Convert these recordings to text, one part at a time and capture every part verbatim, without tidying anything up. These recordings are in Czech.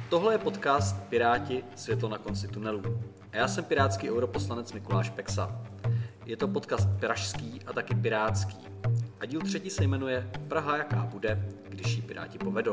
Tohle je podcast Piráti, světlo na konci tunelu. A já jsem pirátský europoslanec Mikuláš Peksa. Je to podcast pražský a taky pirátský. A díl třetí se jmenuje Praha jaká bude, když ji Piráti povedou.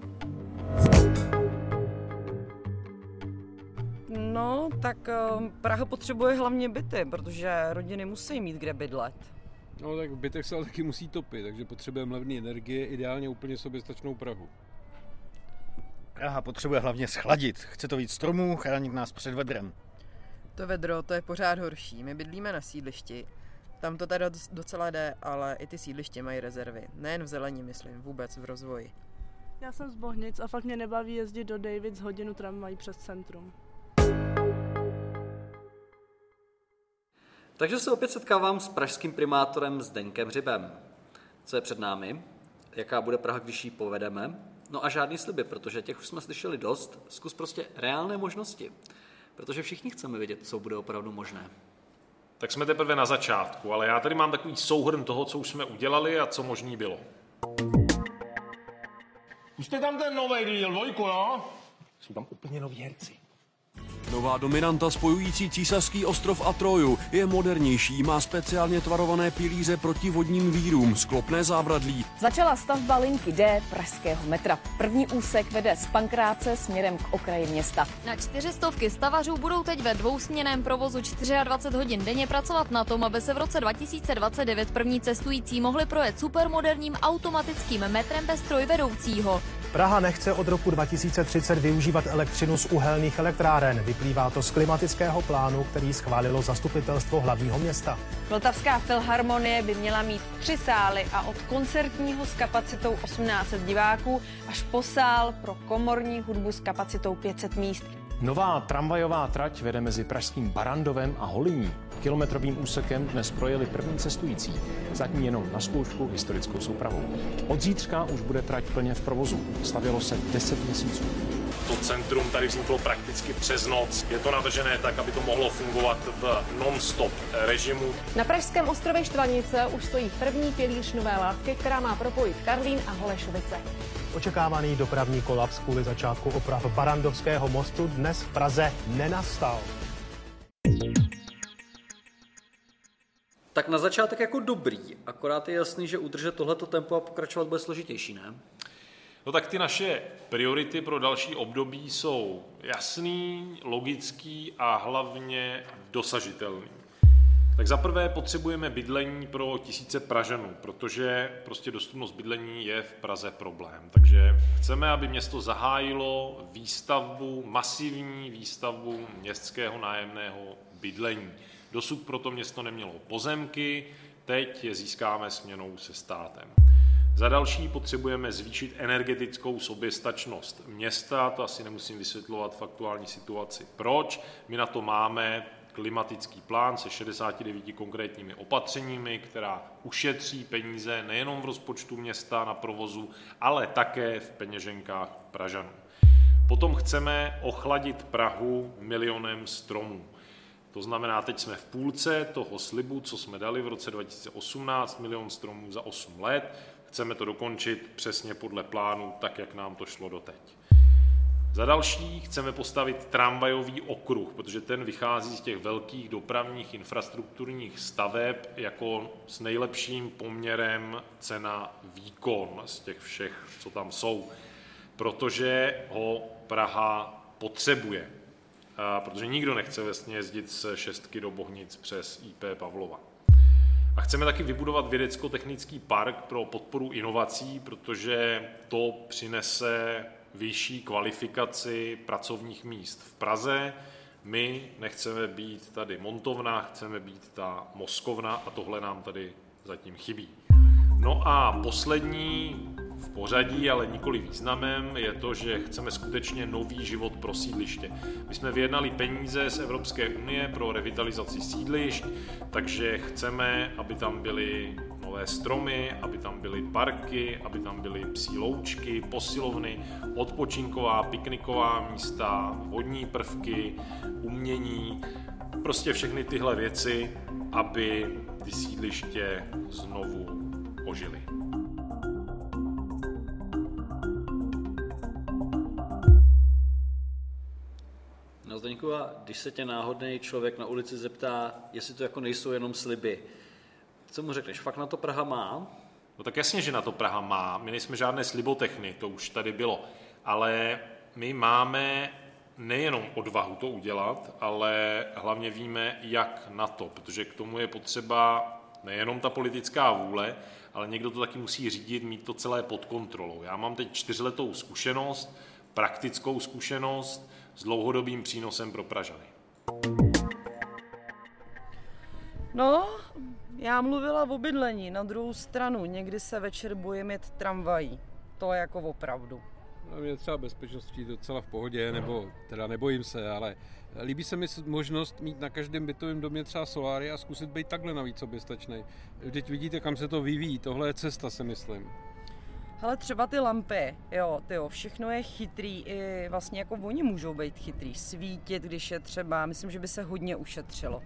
No, tak Praha potřebuje hlavně byty, protože rodiny musí mít kde bydlet. No tak v bytech se ale taky musí topit, takže potřebujeme levné energie, ideálně úplně soběstačnou Prahu. Praha potřebuje hlavně schladit. Chce to víc stromů, chránit nás před vedrem. To vedro, to je pořád horší. My bydlíme na sídlišti. Tam to teda docela jde, ale i ty sídliště mají rezervy. Nejen v zelení, myslím, vůbec v rozvoji. Já jsem z Bohnic a fakt mě nebaví jezdit do Davids hodinu tramvají přes centrum. Takže se opět setkávám s pražským primátorem Zdeňkem Hřibem. Co je před námi? Jaká bude Praha, když ji povedeme? No a žádný sliby, protože těch už jsme slyšeli dost. Zkus prostě reálné možnosti. Protože všichni chceme vědět, co bude opravdu možné. Tak jsme teprve na začátku, ale já tady mám takový souhrn toho, co už jsme udělali a co možný bylo. Už jste tam ten novej díl, dvojku, no? Jsou tam úplně noví herci. Nová dominanta spojující císařský ostrov a Troju je modernější, má speciálně tvarované pilíře proti vodním vírům, sklopné zábradlí. Začala stavba linky D pražského metra. První úsek vede z Pankráce směrem k okraji města. Na čtyřistovky stavařů budou teď ve dvousměnném provozu dvacet čtyři hodin denně pracovat na tom, aby se v roce dva tisíce dvacet devět první cestující mohli projet supermoderním automatickým metrem bez strojvedoucího. Praha nechce od roku dva tisíce třicet využívat elektřinu z uhelných elektráren. Vyplývá to z klimatického plánu, který schválilo zastupitelstvo hlavního města. Vltavská filharmonie by měla mít tři sály a od koncertního s kapacitou osmnáct set diváků až po sál pro komorní hudbu s kapacitou pět set míst. Nová tramvajová trať vede mezi pražským Barandovem a Holyní. Kilometrovým úsekem dnes projeli první cestující. Zatím jenom na zkoušku historickou soupravou. Od zítřka už bude trať plně v provozu. Stavělo se deset měsíců. To centrum tady vzniklo prakticky přes noc. Je to navržené tak, aby to mohlo fungovat v non-stop režimu. Na pražském ostrově Štvanice už stojí první pilíř nové látky, která má propojit Karlín a Holešovice. Očekávaný dopravní kolaps kvůli začátku oprav Barandovského mostu dnes v Praze nenastal. Tak na začátek jako dobrý, akorát je jasný, že udržet tohleto tempo a pokračovat bude složitější, ne? No tak ty naše priority pro další období jsou jasný, logický a hlavně dosažitelný. Tak zaprvé potřebujeme bydlení pro tisíce Pražanů, protože prostě dostupnost bydlení je v Praze problém. Takže chceme, aby město zahájilo výstavbu, masivní výstavbu městského nájemného bydlení. Dosud proto město nemělo pozemky, teď je získáme směnou se státem. Za další potřebujeme zvýšit energetickou soběstačnost města, to asi nemusím vysvětlovat v aktuální situaci. Proč? My na to máme klimatický plán se šedesáti devíti konkrétními opatřeními, která ušetří peníze nejenom v rozpočtu města na provozu, ale také v peněženkách Pražanů. Potom chceme ochladit Prahu milionem stromů. To znamená, teď jsme v půlce toho slibu, co jsme dali v roce dva tisíce osmnáct, milion stromů za osm let. Chceme to dokončit přesně podle plánu, tak jak nám to šlo doteď. Za další chceme postavit tramvajový okruh, protože ten vychází z těch velkých dopravních infrastrukturních staveb jako s nejlepším poměrem cena-výkon z těch všech, co tam jsou, protože ho Praha potřebuje. A protože nikdo nechce vlastně jezdit z šestky do Bohnic přes í pé Pavlova. A chceme taky vybudovat vědecko-technický park pro podporu inovací, protože to přinese vyšší kvalifikaci pracovních míst v Praze. My nechceme být tady montovna, chceme být ta mozkovna a tohle nám tady zatím chybí. No a poslední v pořadí, ale nikoli významem, je to, že chceme skutečně nový život pro sídliště. My jsme vyjednali peníze z Evropské unie pro revitalizaci sídlišť, takže chceme, aby tam byly nové stromy, aby tam byly parky, aby tam byly psí loučky, posilovny, odpočinková, pikniková místa, vodní prvky, umění, prostě všechny tyhle věci, aby ty sídliště znovu ožily. třeba, když se tě náhodný člověk na ulici zeptá, jestli to jako nejsou jenom sliby, co mu řekneš, fakt na to Praha má? No tak jasně, že na to Praha má. My nejsme žádné slibotechny, to už tady bylo. Ale my máme nejenom odvahu to udělat, ale hlavně víme, jak na to, protože k tomu je potřeba nejenom ta politická vůle, ale někdo to taky musí řídit, mít to celé pod kontrolou. Já mám teď čtyřletou zkušenost, praktickou zkušenost s dlouhodobým přínosem pro Pražany. No, já mluvila o bydlení, na druhou stranu, někdy se večer bojím jet tramvají. To je jako opravdu. No, mě třeba bezpečností docela v pohodě, nebo teda nebojím se, ale líbí se mi možnost mít na každém bytovém domě třeba soláry a zkusit být takhle navíc soběstačnej. Teď vidíte, kam se to vyvíjí, tohle je cesta, si myslím. Hele, třeba ty lampy, jo, tyjo, všechno je chytrý, i vlastně jako oni můžou být chytrý, svítit, když je třeba, myslím, že by se hodně ušetřilo.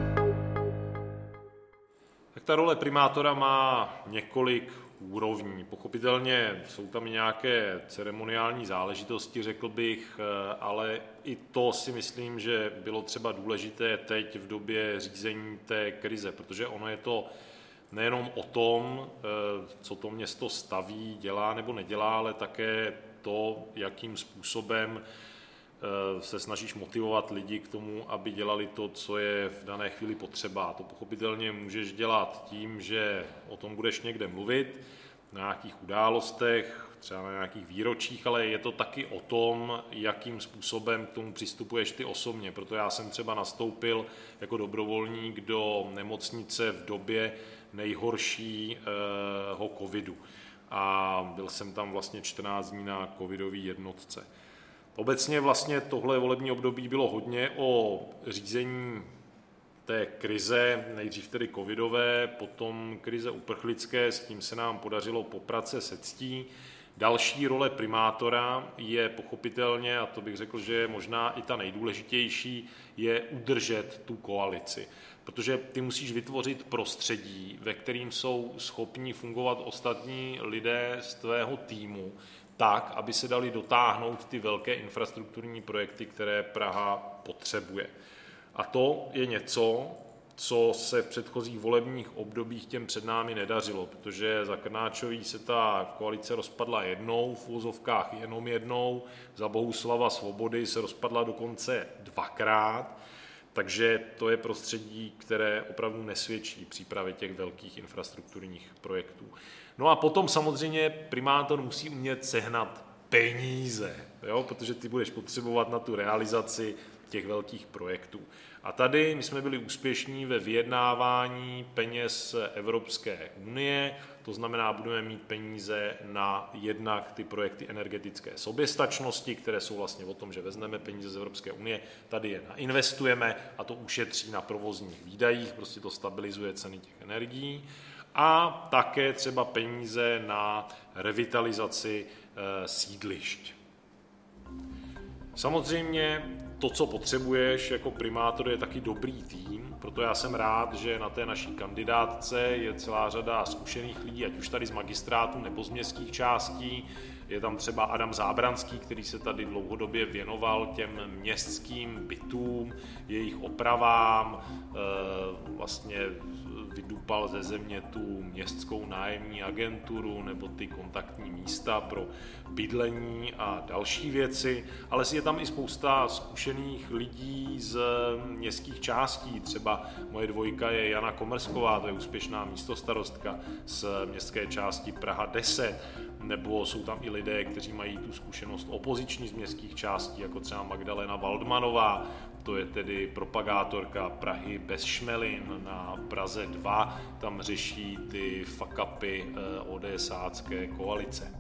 Tak ta role primátora má několik úrovní. Pochopitelně jsou tam nějaké ceremoniální záležitosti, řekl bych, ale i to si myslím, že bylo třeba důležité teď v době řízení té krize, protože ono je to nejenom o tom, co to město staví, dělá nebo nedělá, ale také to, jakým způsobem se snažíš motivovat lidi k tomu, aby dělali to, co je v dané chvíli potřeba. A to pochopitelně můžeš dělat tím, že o tom budeš někde mluvit, na nějakých událostech, třeba na nějakých výročích, ale je to taky o tom, jakým způsobem k tomu přistupuješ ty osobně. Proto já jsem třeba nastoupil jako dobrovolník do nemocnice v době nejhoršího covidu. A byl jsem tam vlastně čtrnáct dní na covidový jednotce. Obecně vlastně tohle volební období bylo hodně o řízení té krize, nejdřív tedy covidové, potom krize uprchlické, s tím se nám podařilo poprat se se ctí. Další role primátora je pochopitelně, a to bych řekl, že je možná i ta nejdůležitější, je udržet tu koalici. Protože ty musíš vytvořit prostředí, ve kterým jsou schopni fungovat ostatní lidé z tvého týmu, tak, aby se dali dotáhnout ty velké infrastrukturní projekty, které Praha potřebuje. A to je něco, co se v předchozích volebních obdobích těm před námi nedařilo, protože za Krnáčový se ta koalice rozpadla jednou, v úzovkách jenom jednou, za Bohuslava Svobody se rozpadla dokonce dvakrát, takže to je prostředí, které opravdu nesvědčí přípravě těch velkých infrastrukturních projektů. No a potom samozřejmě primátor musí umět sehnat peníze, jo? Protože ty budeš potřebovat na tu realizaci těch velkých projektů. A tady my jsme byli úspěšní ve vyjednávání peněz Evropské unie, to znamená, budeme mít peníze na jednak ty projekty energetické soběstačnosti, které jsou vlastně o tom, že vezmeme peníze z Evropské unie, tady je nainvestujeme a to ušetří na provozních výdajích, prostě to stabilizuje ceny těch energií. A také třeba peníze na revitalizaci e, sídlišť. Samozřejmě to, co potřebuješ jako primátor, je taky dobrý tým, proto já jsem rád, že na té naší kandidátce je celá řada zkušených lidí, ať už tady z magistrátu nebo z městských částí. Je tam třeba Adam Zábranský, který se tady dlouhodobě věnoval těm městským bytům, jejich opravám, vlastně vydupal ze země tu městskou nájemní agenturu nebo ty kontaktní místa pro bydlení a další věci, ale je tam i spousta zkušených lidí z městských částí. Třeba moje dvojka je Jana Komersková, to je úspěšná místostarostka z městské části Praha deset, nebo jsou tam i lidé, kteří mají tu zkušenost opoziční z městských částí, jako třeba Magdalena Waldmanová, to je tedy propagátorka Prahy bez šmelin na Praze dva, tam řeší ty fuck-upy ODSácké koalice.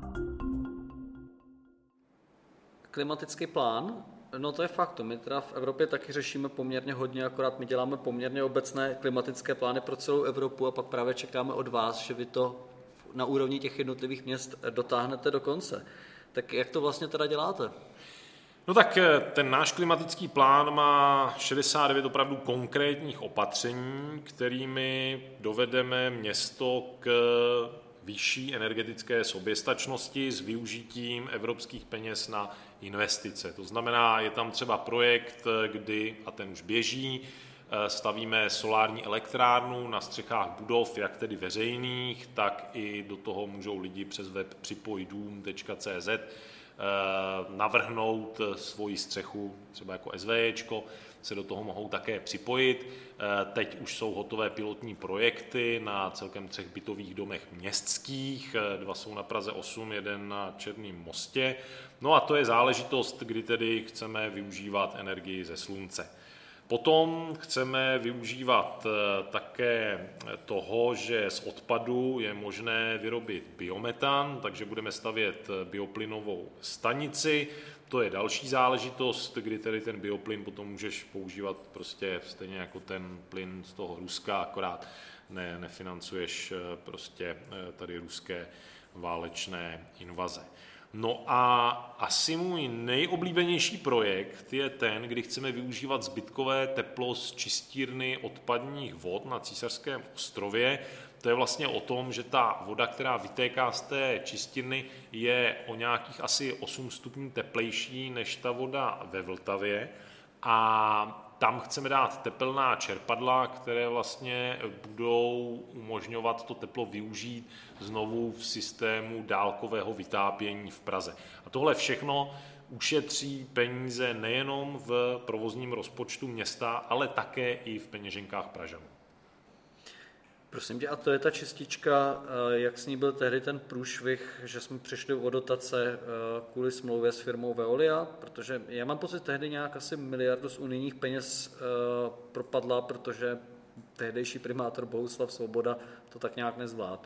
Klimatický plán, no to je fakt, my teda v Evropě taky řešíme poměrně hodně, akorát my děláme poměrně obecné klimatické plány pro celou Evropu a pak právě čekáme od vás, že vy to na úrovni těch jednotlivých měst dotáhnete do konce. Tak jak to vlastně teda děláte? No tak ten náš klimatický plán má šedesát devět opravdu konkrétních opatření, kterými dovedeme město k vyšší energetické soběstačnosti s využitím evropských peněz na investice. To znamená, je tam třeba projekt, kdy, a ten už běží, stavíme solární elektrárnu na střechách budov, jak tedy veřejných, tak i do toho můžou lidi přes web připojidům tečka cé zet navrhnout svoji střechu, třeba jako SVJčko, se do toho mohou také připojit. Teď už jsou hotové pilotní projekty na celkem třech bytových domech městských, dva jsou na Praze osm, jeden na Černém Mostě. No a to je záležitost, kdy tedy chceme využívat energii ze slunce. Potom chceme využívat také toho, že z odpadu je možné vyrobit biometan, takže budeme stavět bioplynovou stanici. To je další záležitost, kdy tedy ten bioplyn potom můžeš používat prostě stejně jako ten plyn z toho Ruska, akorát ne, nefinancuješ prostě tady ruské válečné invaze. No a asi můj nejoblíbenější projekt je ten, kdy chceme využívat zbytkové teplo z čistírny odpadních vod na Císařském ostrově. To je vlastně o tom, že ta voda, která vytéká z té čistírny, je o nějakých asi osm stupňů teplejší než ta voda ve Vltavě. A tam chceme dát tepelná čerpadla, které vlastně budou umožňovat to teplo využít znovu v systému dálkového vytápění v Praze. A tohle všechno ušetří peníze nejenom v provozním rozpočtu města, ale také i v peněženkách Pražanů. Prosím tě, a to je ta čistička, jak s ní byl tehdy ten průšvih, že jsme přišli o dotace kvůli smlouvě s firmou Veolia, protože já mám pocit, tehdy nějak asi miliardu z unijních peněz propadla, protože tehdejší primátor Bohuslav Svoboda to tak nějak nezvládl.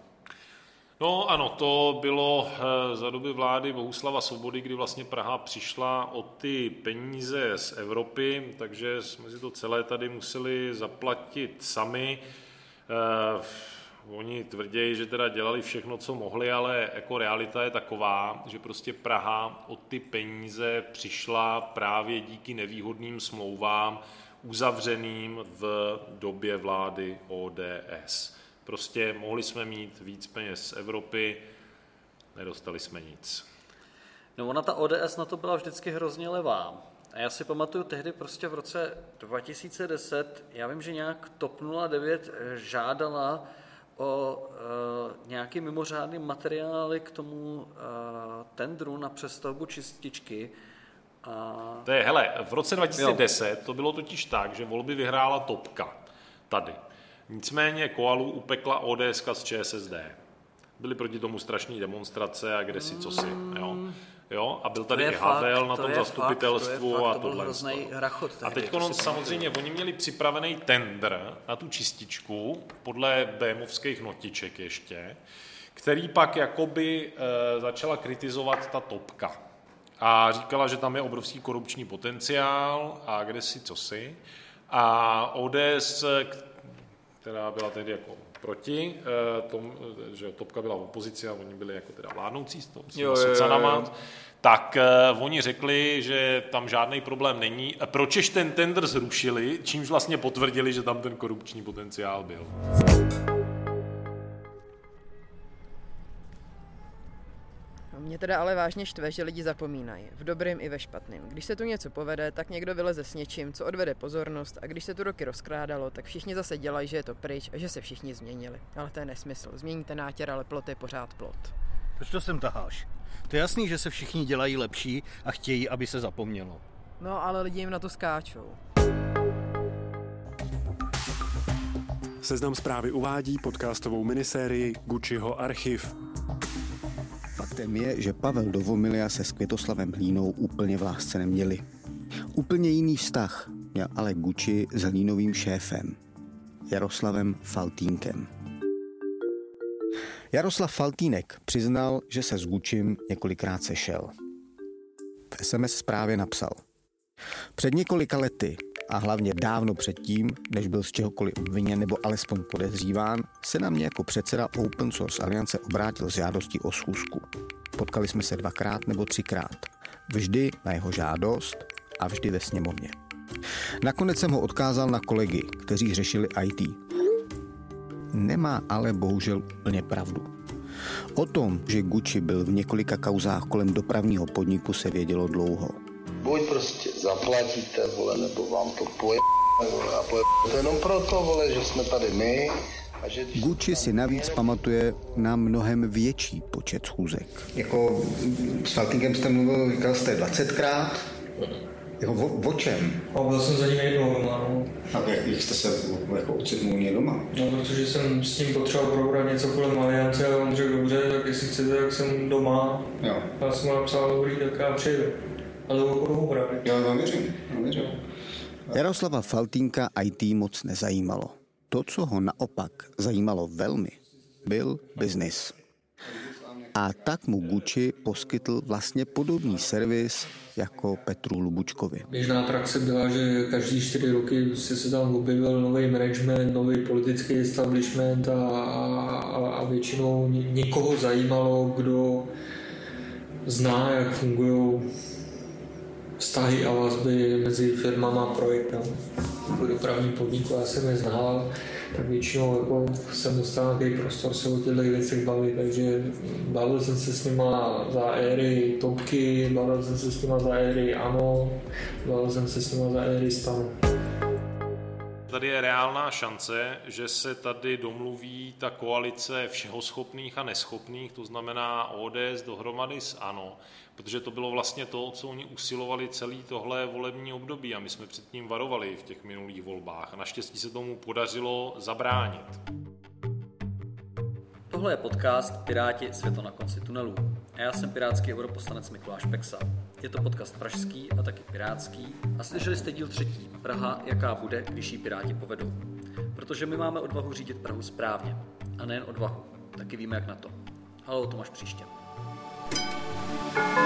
No ano, to bylo za doby vlády Bohuslava Svobody, kdy vlastně Praha přišla o ty peníze z Evropy, takže jsme si to celé tady museli zaplatit sami. Uh, oni tvrdí, že teda dělali všechno, co mohli, ale jako realita je taková, že prostě Praha o ty peníze přišla právě díky nevýhodným smlouvám uzavřeným v době vlády O D S. Prostě mohli jsme mít víc peněz z Evropy, nedostali jsme nic. No ona ta O D S na to byla vždycky hrozně levá. A já si pamatuju tehdy prostě v roce dva tisíce deset, já vím, že nějak TOP nula devět žádala o e, nějaký mimořádný materiály k tomu e, tendru na přestavbu čističky. A... To je, hele, v roce dva tisíce deset jo. To bylo totiž tak, že volby vyhrála Topka tady. Nicméně koalu upekla O D S s ČSSD. Byly proti tomu strašné demonstrace a kde si co si, jo. Jo, a byl tady i Havel fakt, na tom zastupitelstvu fakt, to a tohle. A teď on samozřejmě, oni měli připravený tender na tu čističku podle bémovských notiček ještě, který pak jakoby e, začala kritizovat ta Topka. A říkala, že tam je obrovský korupční potenciál a kde si co si. A O D S, která byla tedy jako proti, tom, že Topka byla v opozici a oni byli jako teda vládnoucí s těmi socanama, tak uh, oni řekli, že tam žádný problém není. Pročež ten tender zrušili, čímž vlastně potvrdili, že tam ten korupční potenciál byl. Mě teda ale vážně štve, že lidi zapomínají, v dobrým i ve špatným. Když se tu něco povede, tak někdo vyleze s něčím, co odvede pozornost, a když se tu roky rozkrádalo, tak všichni zase dělají, že je to pryč a že se všichni změnili. Ale to je nesmysl. Změníte nátěr, ale plot je pořád plot. Proč to sem taháš? To je jasný, že se všichni dělají lepší a chtějí, aby se zapomnělo. No, ale lidi jim na to skáčou. Seznam Zprávy uvádí podcastovou minisérii Gucciho archiv. Faktem je, že Pavel do Vomilia se s Květoslavem Hlínou úplně v lásce neměli. Úplně jiný vztah měl ale Gucci s Hlínovým šéfem, Jaroslavem Faltínkem. Jaroslav Faltýnek přiznal, že se s Guccim několikrát sešel. V es em es zprávě napsal: Před několika lety a hlavně dávno předtím, než byl z čehokoliv obviněn nebo alespoň podezříván, se na mě jako předseda Open Source Aliance obrátil s žádostí o schůzku. Potkali jsme se dvakrát nebo třikrát. Vždy na jeho žádost a vždy ve sněmovně. Nakonec jsem ho odkázal na kolegy, kteří řešili í té. Nemá ale bohužel úplně pravdu. O tom, že Gucci byl v několika kauzách kolem dopravního podniku, se vědělo dlouho. Buď prostě zaplatíte, vole, nebo vám to poje... a poje... To jenom proto, vole, že jsme tady my. A že... Gucci si navíc pamatuje na mnohem větší počet schůzek. Jako s Faltýnkem jste mluvil, říkal jste dvacetkrát? Jako o, o čem? A byl jsem za ním jednou doma, no. A jak, jak jste se jako ocitnul mě doma? No, protože jsem s ním potřeboval probrat něco kolem Aliance a on řekl, dobře, tak jestli chcete, tak jsem doma. Jo. Já jsem mu napsal, dobrý, tak já přijedu. A to bylo podobou právě. Já vám věřím, vám věřím. Jaroslava Faltýnka í té moc nezajímalo. To, co ho naopak zajímalo velmi, byl biznis. A tak mu Gucci poskytl vlastně podobný servis jako Petru Lubučkovi. Běžná praxe byla, že každý čtyři roky se tam objevil nový management, nový politický establishment a, a, a většinou někoho zajímalo, kdo zná, jak fungují vztahy a vazby mezi firmama a projektem. Jako dopravní podniku, já jsem je znal, tak většinou jako jsem dostal nějaký prostor se o těchto věcech bavit, takže bavil jsem se s nima za éry Topky, bavil jsem se s nima za éry ANO, bavil jsem se s nima za éry Stanu. Tady je reálná šance, že se tady domluví ta koalice všehoschopných a neschopných, to znamená O D S dohromady s ANO, protože to bylo vlastně to, co oni usilovali celý tohle volební období a my jsme před tím varovali v těch minulých volbách a naštěstí se tomu podařilo zabránit. Tohle je podcast Piráti, světlo na konci tunelu. A já jsem pirátský europoslanec Mikuláš Peksa. Je to podcast pražský a taky pirátský. A slyšeli jste díl třetí. Praha, jaká bude, když jí Piráti povedou. Protože my máme odvahu řídit Prahu správně. A nejen odvahu, taky víme jak na to. Haló, Tomáš příště.